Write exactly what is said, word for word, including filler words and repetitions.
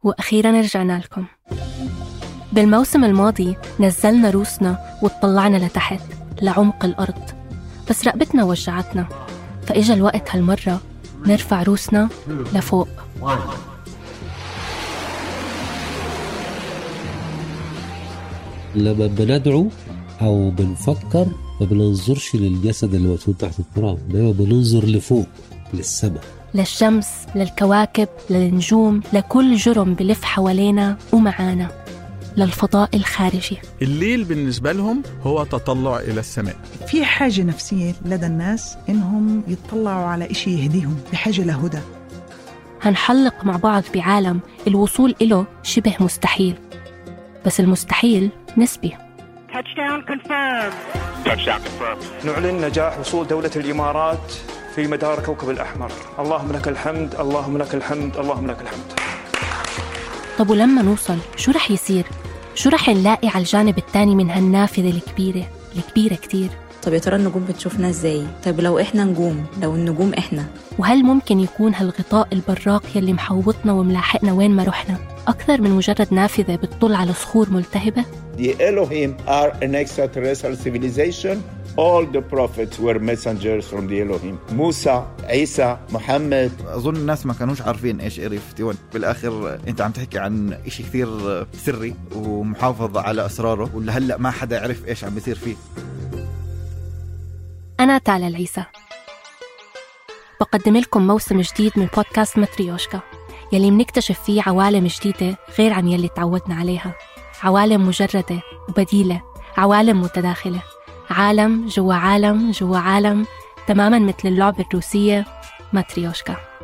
وأخيراً رجعنا لكم. بالموسم الماضي نزلنا روسنا واتطلعنا لتحت لعمق الأرض، بس رقبتنا وجعتنا، فإجا الوقت هالمرة نرفع روسنا لفوق. لما بندعو أو بنفكر ما بننظرش للجسد اللي موجود تحت التراب، دايما بننظر لفوق للسماء، للشمس، للكواكب، للنجوم، لكل جرم بلف حوالينا ومعانا، للفضاء الخارجي. الليل بالنسبة لهم هو تطلع إلى السماء. في حاجة نفسية لدى الناس إنهم يتطلعوا على إشي يهديهم، بحاجة لهدى. هنحلق مع بعض بعالم الوصول إله شبه مستحيل، بس المستحيل نسبي. Touchdown confirmed. Touchdown confirmed. نعلن نجاح وصول دولة الإمارات في مدار كوكب الأحمر. اللهم لك الحمد، اللهم لك الحمد، اللهم لك الحمد. طب ولما نوصل شو رح يصير؟ شو رح نلاقي على الجانب الثاني من هالنافذة الكبيرة الكبيرة كتير؟ طب يا ترى النجوم بتشوفنا ازاي؟ طب لو احنا نجوم، لو النجوم احنا، وهل ممكن يكون هالغطاء البراق يلي محوطنا وملاحقنا وين ما رحنا أكثر من مجرد نافذة بتطل على صخور ملتهبة؟ The Elohim are an extraterrestrial civilization. All the prophets were messengers from the Elohim. موسى، عيسى، محمد. أظن الناس ما كانوش عارفين إيش إيريا واحد وخمسين. بالآخر أنت عم تحكي عن إشي كثير سري ومحافظ على أسراره، ولهلأ ما حدا يعرف إيش عم بيصير فيه. أنا تالا العيسى، بقدم لكم موسم جديد من بودكاست ماتريوشكا، يلي منكتشف فيه عوالم جديدة غير عن يلي تعودنا عليها، عوالم مجردة وبديلة، عوالم متداخلة، عالم جوا عالم جوا عالم، تماماً مثل اللعبة الروسية ماتريوشكا.